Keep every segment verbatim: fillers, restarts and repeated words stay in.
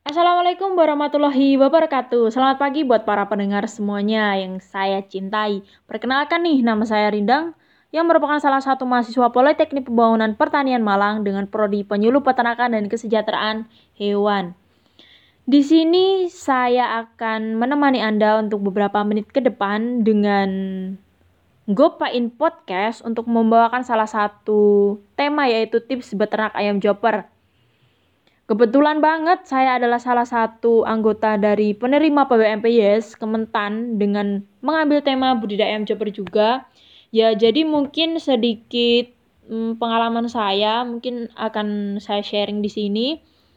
Assalamualaikum warahmatullahi wabarakatuh. Selamat pagi buat para pendengar semuanya yang saya cintai. Perkenalkan nih, nama saya Rindang yang merupakan salah satu mahasiswa Politeknik Pembangunan Pertanian Malang dengan prodi Penyuluh Peternakan dan Kesejahteraan Hewan. Di sini saya akan menemani Anda untuk beberapa menit ke depan dengan Gopain Podcast untuk membawakan salah satu tema yaitu tips beternak ayam joper. Kebetulan banget saya adalah salah satu anggota dari penerima P B M P Y S Kementan dengan mengambil tema budidaya ayam joper juga. Ya, jadi mungkin sedikit hmm, pengalaman saya mungkin akan saya sharing di sini.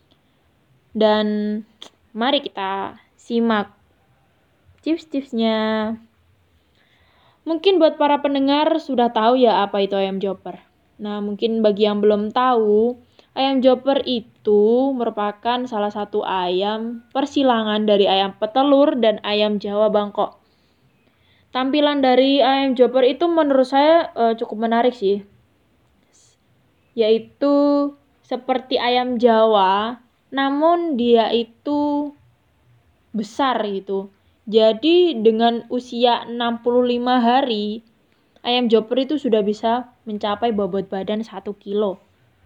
Dan mari kita simak tips-tipsnya. Mungkin buat para pendengar sudah tahu ya apa itu ayam joper. Nah, mungkin bagi yang belum tahu, ayam joper itu merupakan salah satu ayam persilangan dari ayam petelur dan ayam Jawa Bangkok. Tampilan dari ayam joper itu menurut saya uh, cukup menarik sih. Yaitu seperti ayam Jawa, namun dia itu besar gitu. Jadi dengan usia enam puluh lima hari, ayam joper itu sudah bisa mencapai bobot badan satu kilo.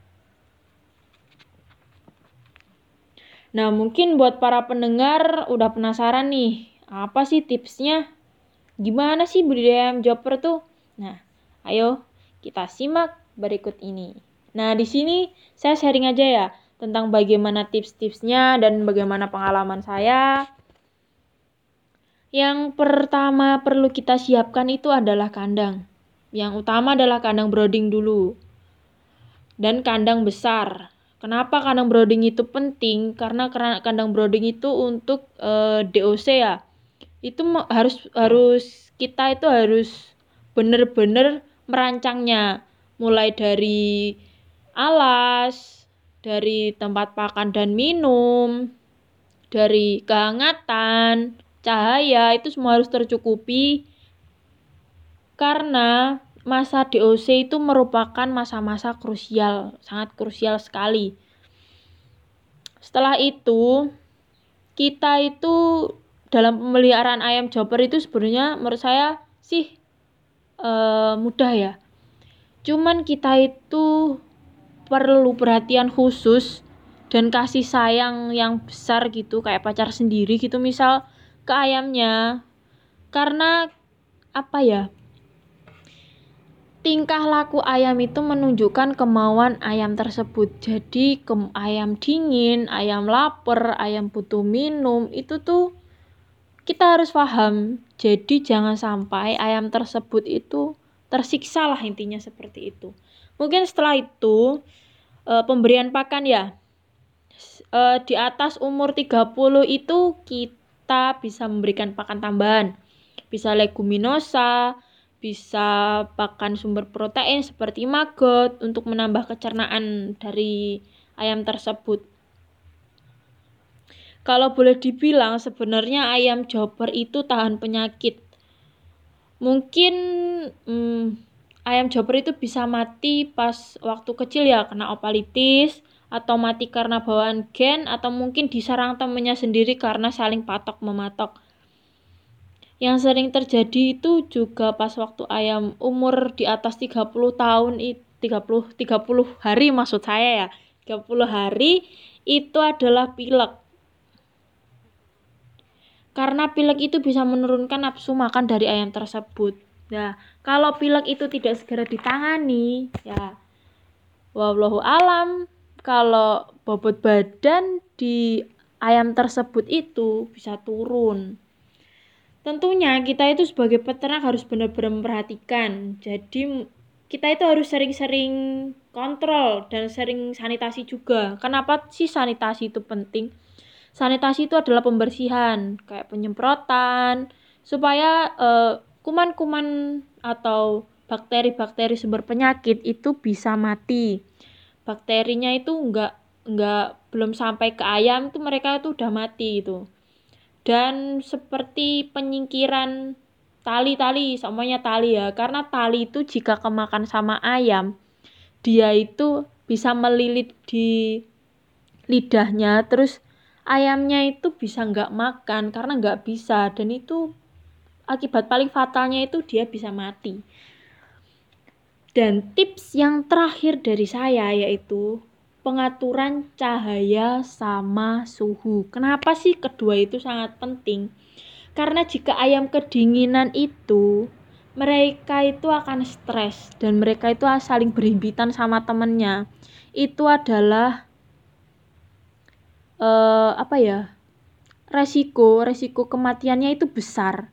Nah, mungkin buat para pendengar udah penasaran nih, apa sih tipsnya? Gimana sih budidaya ayam joper tuh? Nah, ayo kita simak berikut ini. Nah, di sini saya sharing aja ya tentang bagaimana tips-tipsnya dan bagaimana pengalaman saya. Yang pertama perlu kita siapkan itu adalah kandang. Yang utama adalah kandang brooding dulu. Dan kandang besar. Kenapa kandang brooding itu penting? Karena kandang brooding itu untuk e, D O C ya. Itu harus harus kita itu harus benar-benar merancangnya. Mulai dari alas, dari tempat pakan dan minum, dari kehangatan, cahaya, itu semua harus tercukupi. Karena masa D O C itu merupakan masa-masa krusial, sangat krusial sekali. Setelah itu, kita itu dalam pemeliharaan ayam joper itu sebenarnya menurut saya sih e, mudah ya. Cuman kita itu perlu perhatian khusus dan kasih sayang yang besar gitu, kayak pacar sendiri gitu misal ke ayamnya. Karena apa ya? Tingkah laku ayam itu menunjukkan kemauan ayam tersebut. Jadi ke ayam dingin, ayam lapar, ayam butuh minum, itu tuh kita harus paham. Jadi jangan sampai ayam tersebut itu tersiksa lah, intinya seperti itu. Mungkin setelah itu e, pemberian pakan ya. E, di atas umur tiga puluh itu kita bisa memberikan pakan tambahan. Bisa leguminosa, bisa pakan sumber protein seperti maggot untuk menambah kecernaan dari ayam tersebut. Kalau boleh dibilang sebenarnya ayam joper itu tahan penyakit. Mungkin hmm, ayam joper itu bisa mati pas waktu kecil ya kena opalitis, atau mati karena bawaan gen, atau mungkin diserang temannya sendiri karena saling patok mematok. Yang sering terjadi itu juga pas waktu ayam umur di atas tiga puluh tahun, tiga puluh, tiga puluh hari maksud saya ya. tiga puluh hari itu adalah pilek. Karena pilek itu bisa menurunkan nafsu makan dari ayam tersebut. Nah, kalau pilek itu tidak segera ditangani, ya wallahu alam, kalau bobot badan di ayam tersebut itu bisa turun. Tentunya kita itu sebagai peternak harus benar-benar memperhatikan. Jadi kita itu harus sering-sering kontrol dan sering sanitasi juga. Kenapa sih sanitasi itu penting? Sanitasi itu adalah pembersihan, kayak penyemprotan, supaya uh, kuman-kuman atau bakteri-bakteri sumber penyakit itu bisa mati. Bakterinya itu enggak enggak belum sampai ke ayam itu mereka itu udah mati itu. Dan seperti penyingkiran tali-tali, semuanya tali ya, karena tali itu jika kemakan sama ayam, dia itu bisa melilit di lidahnya, terus ayamnya itu bisa nggak makan karena nggak bisa, dan itu akibat paling fatalnya itu dia bisa mati. Dan tips yang terakhir dari saya yaitu pengaturan cahaya sama suhu. Kenapa sih kedua itu sangat penting? Karena jika ayam kedinginan itu, mereka itu akan stres dan mereka itu saling berhimpitan sama temennya. Itu adalah uh, apa ya? Resiko, resiko kematiannya itu besar.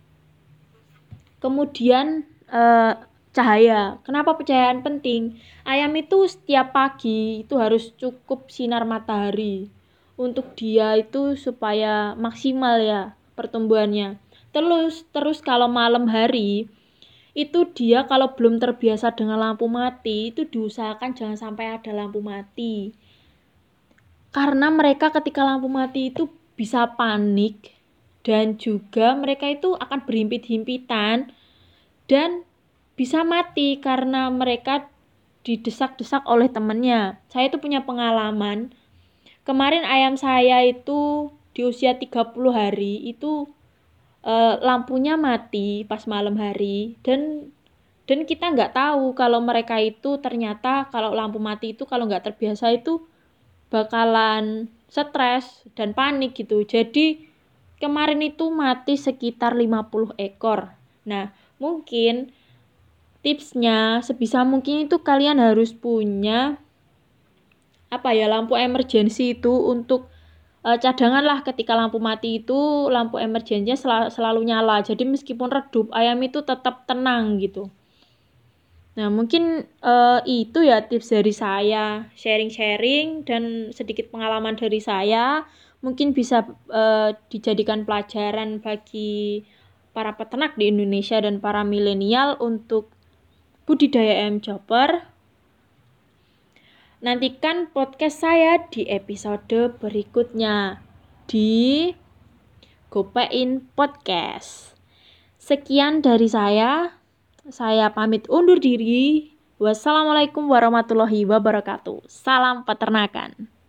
Kemudian uh, cahaya. Kenapa pencahayaan penting? Ayam itu setiap pagi itu harus cukup sinar matahari untuk dia itu supaya maksimal ya pertumbuhannya. Terus terus kalau malam hari itu dia kalau belum terbiasa dengan lampu mati itu diusahakan jangan sampai ada lampu mati. Karena mereka ketika lampu mati itu bisa panik dan juga mereka itu akan berhimpit-himpitan dan bisa mati karena mereka didesak-desak oleh temannya. Saya itu punya pengalaman. Kemarin ayam saya itu di usia tiga puluh hari itu eh, lampunya mati pas malam hari dan dan kita nggak tahu kalau mereka itu ternyata kalau lampu mati itu kalau nggak terbiasa itu bakalan stres dan panik gitu. Jadi kemarin itu mati sekitar lima puluh ekor. Nah, mungkin tipsnya sebisa mungkin itu kalian harus punya apa ya lampu emergency itu untuk e, cadangan lah ketika lampu mati itu lampu emergensinya sel- selalu nyala. Jadi meskipun redup ayam itu tetap tenang gitu. Nah, mungkin uh, itu ya tips dari saya, sharing-sharing dan sedikit pengalaman dari saya. Mungkin bisa uh, dijadikan pelajaran bagi para peternak di Indonesia dan para milenial untuk budidaya ayam chopper. Nantikan podcast saya di episode berikutnya di Gopein Podcast. Sekian dari saya. Saya pamit undur diri. Wassalamualaikum warahmatullahi wabarakatuh. Salam peternakan.